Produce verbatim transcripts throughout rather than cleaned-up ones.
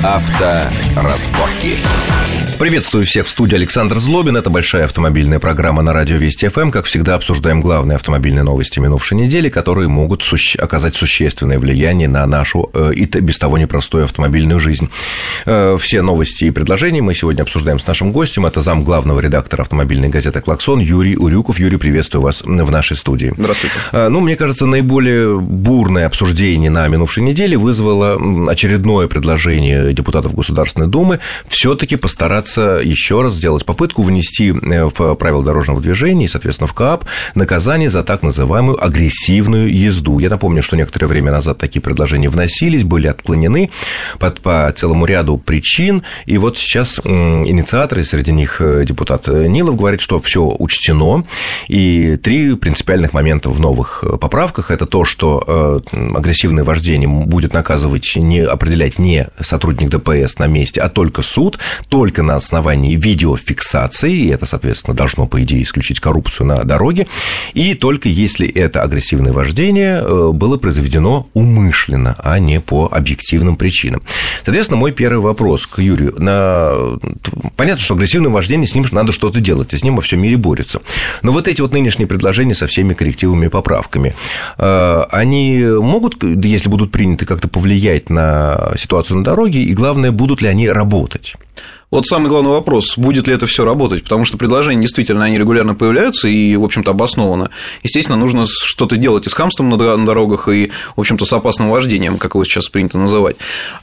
Авторазборки. Приветствую всех в студии. Александр Злобин. Это большая автомобильная программа на радио Вести ФМ. Как всегда, обсуждаем главные автомобильные новости минувшей недели, которые могут суще... оказать существенное влияние на нашу э, и без того непростую автомобильную жизнь. Э, все новости и предложения мы сегодня обсуждаем с нашим гостем. Это зам главного редактора автомобильной газеты «Клаксон» Юрий Урюков. Юрий, приветствую вас в нашей студии. Здравствуйте. Э, ну, мне кажется, наиболее бурное обсуждение на минувшей неделе вызвало очередное предложение депутатов Государственной Думы все-таки постараться еще раз сделать попытку внести в правила дорожного движения и, соответственно, в КАП наказание за так называемую агрессивную езду. Я напомню, что некоторое время назад такие предложения вносились, были отклонены по, по целому ряду причин, и вот сейчас инициаторы, среди них депутат Нилов, говорит, что все учтено, и три принципиальных момента в новых поправках – это то, что агрессивное вождение будет наказывать, не определять не сотрудник ДПС на месте, а только суд, только на основании видеофиксации, и это, соответственно, должно, по идее, исключить коррупцию на дороге, и только если это агрессивное вождение было произведено умышленно, а не по объективным причинам. Соответственно, мой первый вопрос к Юрию. На... Понятно, что агрессивное вождение, с ним надо что-то делать, и с ним во всем мире борются. Но вот эти вот нынешние предложения со всеми коррективами и поправками, они могут, если будут приняты, как-то повлиять на ситуацию на дороге, и, главное, будут ли они работать? Вот самый главный вопрос, будет ли это все работать, потому что предложения действительно, они регулярно появляются и, в общем-то, обоснованно. Естественно, нужно что-то делать и с хамством на дорогах, и, в общем-то, с опасным вождением, как его сейчас принято называть.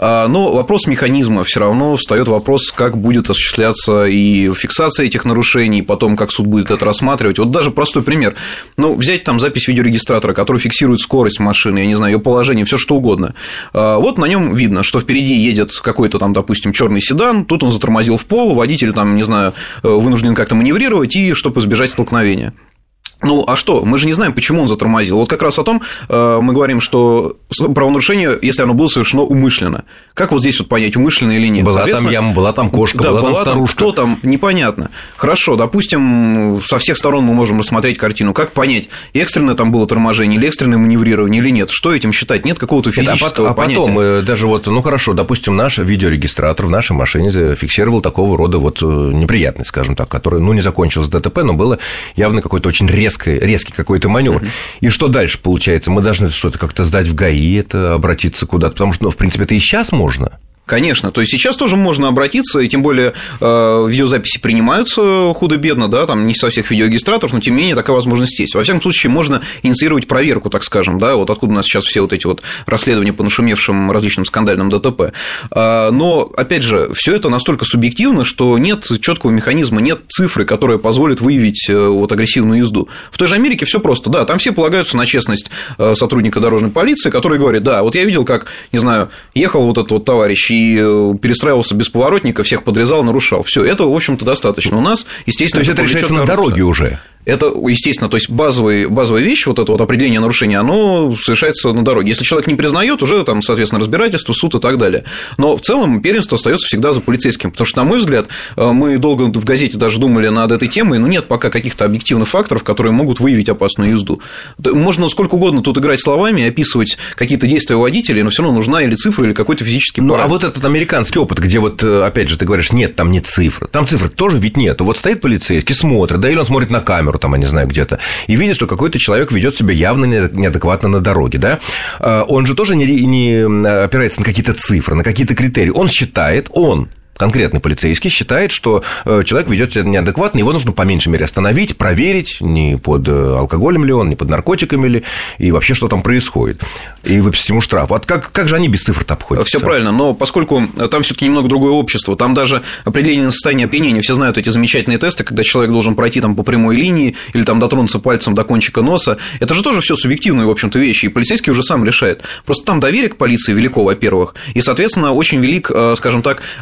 Но вопрос механизма все равно встает вопрос, как будет осуществляться и фиксация этих нарушений, и потом, как суд будет это рассматривать. Вот даже простой пример. Ну, взять там запись видеорегистратора, который фиксирует скорость машины, я не знаю, ее положение, все что угодно. Вот на нем видно, что впереди едет какой-то там, допустим, черный седан, тут он затормозил в пол, водитель там, не знаю, вынужден как-то маневрировать, и чтобы избежать столкновения. Ну, а что? Мы же не знаем, почему он затормозил. Вот как раз о том мы говорим, что правонарушение, если оно было совершено умышленно. Как вот здесь вот понять, умышленно или нет? Была там яма, была там кошка, да, была, была там старушка. Кто там, непонятно. Хорошо, допустим, со всех сторон мы можем рассмотреть картину. Как понять, экстренное там было торможение или экстренное маневрирование или нет? Что этим считать? Нет какого-то физического нет, а понятия. А потом, даже вот, ну, хорошо, допустим, наш видеорегистратор в нашей машине фиксировал такого рода вот неприятность, скажем так, который, ну, не закончилось ДТП, но было явно какое-то очень резкое, резкий какой-то маневр. И что дальше получается? Мы должны что-то как-то сдать в ГАИ, это обратиться куда-то, потому что, ну, в принципе, это и сейчас можно. Конечно, то есть сейчас тоже можно обратиться, и тем более э, видеозаписи принимаются худо-бедно, да, там не со всех видеорегистраторов, но тем не менее такая возможность есть. Во всяком случае, можно инициировать проверку, так скажем, да, вот откуда у нас сейчас все вот эти вот расследования по нашумевшим различным скандальным ДТП. Э, но, опять же, все это настолько субъективно, что нет четкого механизма, нет цифры, которая позволит выявить вот агрессивную езду. В той же Америке все просто, да, там все полагаются на честность сотрудника дорожной полиции, который говорит, да, вот я видел, как, не знаю, ехал вот этот вот товарищ и перестраивался без поворотника, всех подрезал, нарушал. Все, это, в общем-то, достаточно. У нас, естественно, то есть это решается на дороге уже. Это, естественно, то есть базовый, базовая вещь, вот это вот определение нарушения, оно совершается на дороге. Если человек не признает, уже там, соответственно, разбирательство, суд и так далее. Но в целом первенство остается всегда за полицейским, потому что, на мой взгляд, мы долго в газете даже думали над этой темой, но нет пока каких-то объективных факторов, которые могут выявить опасную езду. Можно сколько угодно тут играть словами, описывать какие-то действия водителей, но все равно нужна или цифра, или какой-то физический параметр. Ну, а вот этот американский опыт, где вот, опять же, ты говоришь, нет, там нет цифр, там цифр тоже ведь нет. Вот стоит полицейский, смотрит, да, или он смотрит на камеру, там, я не знаю, где-то, и видит, что какой-то человек ведет себя явно неадекватно на дороге, да, он же тоже не, не опирается на какие-то цифры, на какие-то критерии, он считает, он конкретный полицейский считает, что человек ведет себя неадекватно, его нужно по меньшей мере остановить, проверить, не под алкоголем ли он, не под наркотиками ли, и вообще, что там происходит, и выписать ему штраф. Вот как, как же они без цифр-то обходятся? Все правильно, но поскольку там все-таки немного другое общество, там даже определение состояния опьянения, все знают эти замечательные тесты, когда человек должен пройти там по прямой линии или там дотронуться пальцем до кончика носа, это же тоже все субъективные, в общем-то, вещи, и полицейский уже сам решает. Просто там доверие к полиции велико, во-первых, и, соответственно, очень велик, скажем так, контроль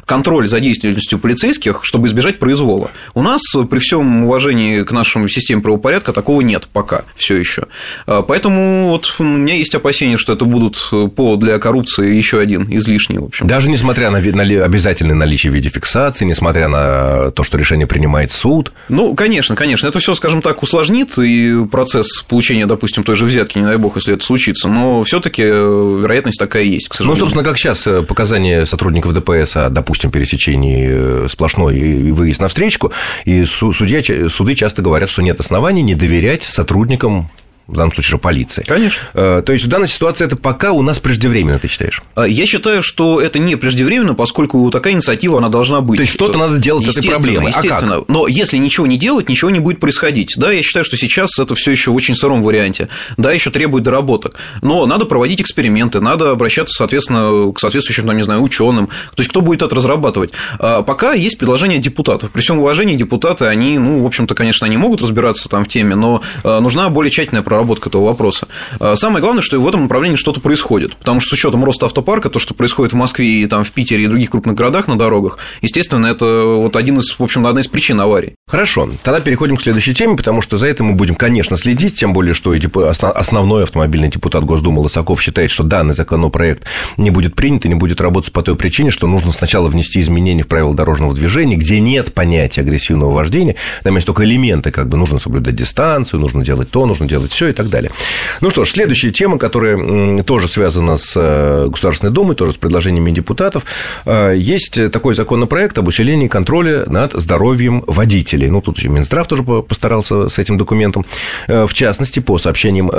наблюдали за деятельностью полицейских, чтобы избежать произвола. У нас, при всем уважении к нашей системе правопорядка, такого нет пока все еще. Поэтому вот у меня есть опасения, что это будут повод для коррупции еще один излишний, в общем. Даже несмотря на обязательное наличие видеофиксации, несмотря на то, что решение принимает суд. Ну, конечно, конечно. Это все, скажем так, усложнит и процесс получения, допустим, той же взятки, не дай бог, если это случится. Но все-таки вероятность такая есть, к сожалению. Ну, собственно, как сейчас показания сотрудников ДПС о, допустим, пересечении сплошной и выезд на встречку, и судья, суды часто говорят, что нет оснований не доверять сотрудникам, в данном случае же полиции. Конечно. То есть, в данной ситуации это пока у нас преждевременно, ты считаешь? Я считаю, что это не преждевременно, поскольку такая инициатива, она должна быть. То есть, что-то надо делать с этой проблемой. Естественно. А как? Но если ничего не делать, ничего не будет происходить. Да, я считаю, что сейчас это все еще в очень сыром варианте. Да, еще требует доработок. Но надо проводить эксперименты, надо обращаться, соответственно, к соответствующим, там, не знаю, ученым. То есть, кто будет это разрабатывать. А пока есть предложения депутатов. При всем уважении депутаты, они, ну, в общем-то, конечно, они могут разбираться там в теме, но нужна более тщательная проработка этого вопроса. Самое главное, что в этом направлении что-то происходит, потому что с учетом роста автопарка, то, что происходит в Москве и там в Питере и других крупных городах на дорогах, естественно, это вот один из, в общем, одна из причин аварий. Хорошо, тогда переходим к следующей теме, потому что за этим мы будем, конечно, следить, тем более, что основной автомобильный депутат Госдумы Лысаков считает, что данный законопроект не будет принят и не будет работать по той причине, что нужно сначала внести изменения в правила дорожного движения, где нет понятия агрессивного вождения, там есть только элементы, как бы нужно соблюдать дистанцию, нужно делать то, нужно делать все и так далее. Ну что ж, следующая тема, которая тоже связана с Государственной Думой, тоже с предложениями депутатов, есть такой законопроект об усилении контроля над здоровьем водителей. Ну, тут еще Минздрав тоже постарался с этим документом. В частности, по сообщениям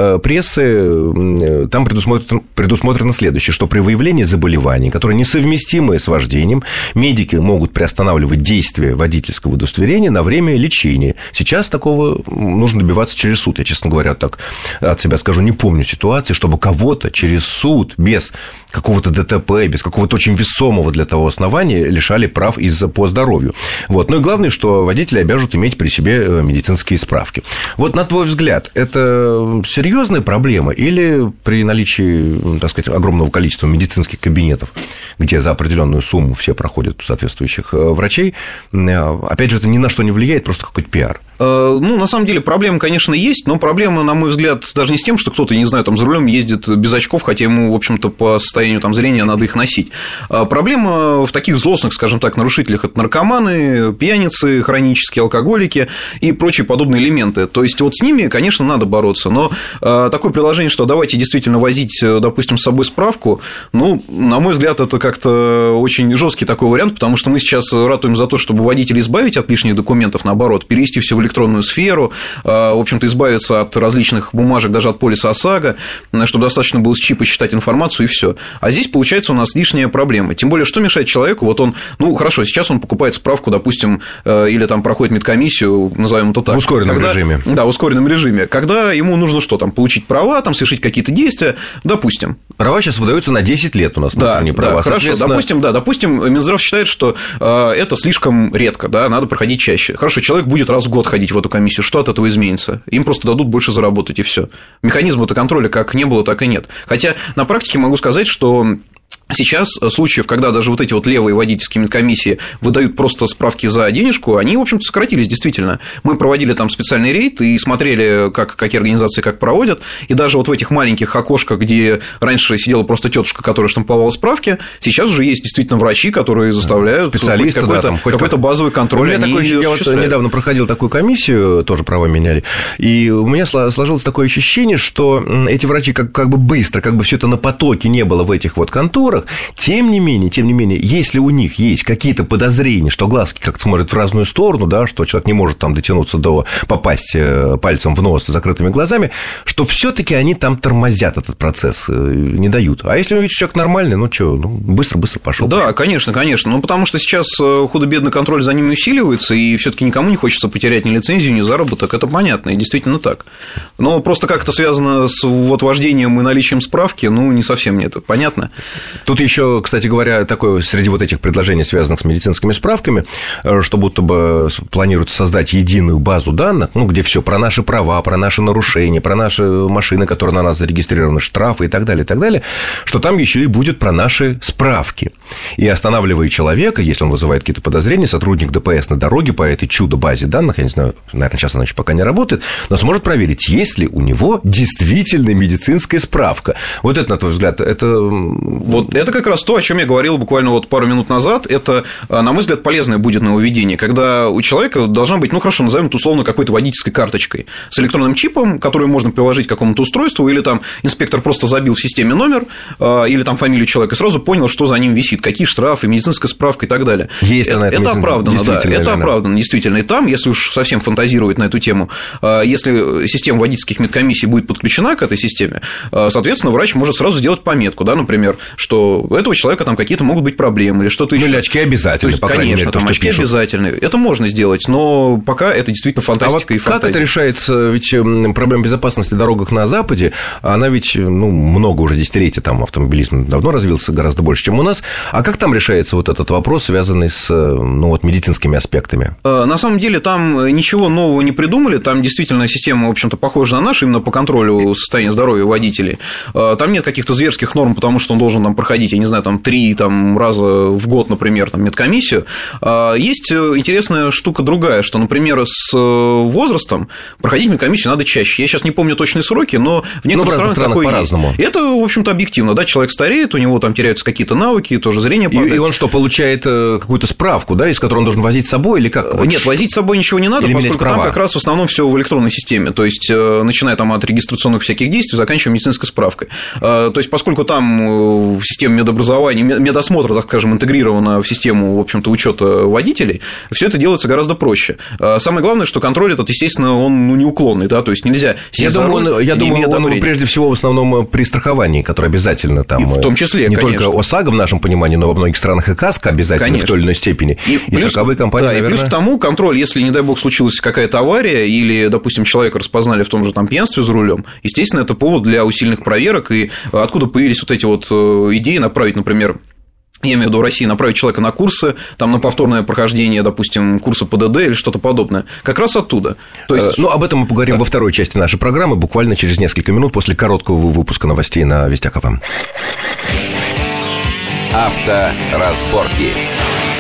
прессы, там предусмотрено, предусмотрено следующее, что при выявлении заболеваний, которые несовместимы с вождением, медики могут приостанавливать действие водительского удостоверения на время лечения. Сейчас такого нужно добиваться через суд. Я, честно говоря, так от себя скажу, не помню ситуации, чтобы кого-то через суд без какого-то ДТП, без какого-то очень весомого для того основания лишали прав из-за по здоровью. Вот. Ну и главное, что водители обяжут иметь при себе медицинские справки. Вот на твой взгляд, это серьезная проблема или при наличии, так сказать, огромного количества медицинских кабинетов, где за определенную сумму все проходят соответствующих врачей, опять же, это ни на что не влияет, просто какой-то пиар? Ну, на самом деле, проблема, конечно, есть, но проблема, на мой взгляд, даже не с тем, что кто-то, не знаю, там за рулем ездит без очков, хотя ему, в общем-то, по состоянию там, зрения надо их носить. Проблема в таких злостных, скажем так, нарушителях – это наркоманы, пьяницы, хронические алкоголики и прочие подобные элементы. То есть, вот с ними, конечно, надо бороться, но такое предложение, что давайте действительно возить, допустим, с собой справку, ну, на мой взгляд, это как-то очень жесткий такой вариант, потому что мы сейчас ратуем за то, чтобы водителей избавить от лишних документов, наоборот, перевести все в электронную сферу, в общем-то, избавиться от различных бумажек, даже от полиса ОСАГО, чтобы достаточно было с чипа считать информацию, и все. А здесь, получается, у нас лишняя проблема. Тем более, что мешает человеку, вот он, ну, хорошо, сейчас он покупает справку, допустим, или там проходит медкомиссию, назовем это так. В ускоренном когда, режиме. Да, в ускоренном режиме. Когда ему нужно что там, получить права, там, совершить какие-то действия, допустим. Права сейчас выдаются на десять лет у нас. Да, не права, да, хорошо, допустим, да, допустим, Минздрав считает, что это слишком редко, да, надо проходить чаще. Хорошо, человек будет раз в год ходить в эту комиссию, что от этого изменится? Им просто дадут больше заработать, и все. Механизма-то контроля как не было, так и нет. Хотя на практике могу сказать, что сейчас случаев, когда даже вот эти вот левые водительские медкомиссии выдают просто справки за денежку, они, в общем-то, сократились действительно. Мы проводили там специальный рейд и смотрели, как, какие организации как проводят, и даже вот в этих маленьких окошках, где раньше сидела просто тетушка, которая штамповала справки, сейчас уже есть действительно врачи, которые заставляют специалисты, какой-то, да, там, хоть какой-то базовый контроль. У меня такое, я вот недавно проходил такую комиссию, тоже права меняли, и у меня сложилось такое ощущение, что эти врачи как, как бы быстро, как бы все это на потоке не было в этих вот конторах. Тем не менее, тем не менее, если у них есть какие-то подозрения, что глазки как-то смотрят в разную сторону, да, что человек не может там дотянуться до попасть пальцем в нос с закрытыми глазами, что все-таки они там тормозят этот процесс, не дают. А если вы видите, что человек нормальный, ну что, ну, быстро-быстро пошел. Да, конечно, конечно. Ну, потому что сейчас худо-бедно контроль за ними усиливается, и все-таки никому не хочется потерять ни лицензию, ни заработок. Это понятно, и действительно так. Но просто как это связано с вот вождением и наличием справки, ну, не совсем мне это понятно. Тут еще, кстати говоря, такое среди вот этих предложений, связанных с медицинскими справками, что будто бы планируется создать единую базу данных, ну, где все про наши права, про наши нарушения, про наши машины, которые на нас зарегистрированы, штрафы и так далее, и так далее, что там еще и будет про наши справки. И останавливая человека, если он вызывает какие-то подозрения, сотрудник ДПС на дороге по этой чудо-базе данных, я не знаю, наверное, сейчас она еще пока не работает, но сможет проверить, есть ли у него действительно медицинская справка. Вот это, на твой взгляд, это... Вот это как раз то, о чем я говорил буквально вот пару минут назад. Это, на мой взгляд, полезное будет нововведение, когда у человека должна быть, ну, хорошо, назовем это условно какой-то водительской карточкой с электронным чипом, которую можно приложить к какому-то устройству, или там инспектор просто забил в системе номер, или там фамилию человека, и сразу понял, что за ним висит, какие штрафы, медицинская справка и так далее. Есть это, это оправдано, да, это оправдано, действительно. И там, если уж совсем фантазировать на эту тему, если система водительских медкомиссий будет подключена к этой системе, соответственно, врач может сразу сделать пометку, да, например, что у этого человека там какие-то могут быть проблемы или что-то еще. Ну, или очки обязательны, есть, по крайней конечно, мере, то, там очки пишут. обязательны. Это можно сделать, но пока это действительно фантастика а и вот фантазия. Как это решается? Ведь проблема безопасности на дорогах на Западе, она ведь, ну, много уже десятилетий, там автомобилизм давно развился гораздо больше, чем у нас. А как там решается вот этот вопрос, связанный с, ну, вот, медицинскими аспектами? На самом деле там ничего нового не придумали, там действительно система, в общем-то, похожа на нашу, именно по контролю состояния здоровья водителей. Там нет каких-то зверских норм, потому что он должен там проходить, я не знаю, там три там, раза в год, например, там, медкомиссию. Есть интересная штука другая, что, например, с возрастом проходить медкомиссию надо чаще. Я сейчас не помню точные сроки, но в некоторых ну, в странах такое по-разному. есть. Это, в общем-то, объективно, да, человек стареет, у него там теряются какие-то навыки, тоже зрение падает. И, и он что, получает какую-то справку, да, из которой он должен возить с собой или как? Нет, возить с собой ничего не надо, или поскольку там как раз в основном все в электронной системе, то есть, начиная там от регистрационных всяких действий, заканчивая медицинской справкой. То есть, поскольку там в системе медобразования, медосмотра, так скажем, интегрирована в систему, в общем-то, учета водителей, все это делается гораздо проще. Самое главное, что контроль этот, естественно, он ну, неуклонный, да, то есть нельзя сесть за руль, он, я думаю, он прежде всего в основном при страховании, которое обязательно там, и в том числе, не конечно. только ОСАГО в нашем понимании, но во многих странах и КАСКО обязательно, конечно, в той или иной степени. И, и плюс, страховые компании, да, наверное... и плюс к тому контроль, если, не дай бог, случилась какая-то авария или, допустим, человека распознали в том же там пьянстве за рулем, естественно, это повод для усиленных проверок, и откуда появились вот эти вот идеи направить, например, я имею в виду в России, направить человека на курсы, там, на повторное прохождение, допустим, курса ПДД или что-то подобное. Как раз оттуда. То есть... Ну, об этом мы поговорим да. во второй части нашей программы, буквально через несколько минут после короткого выпуска новостей на Вестях ФМ. Авторазборки.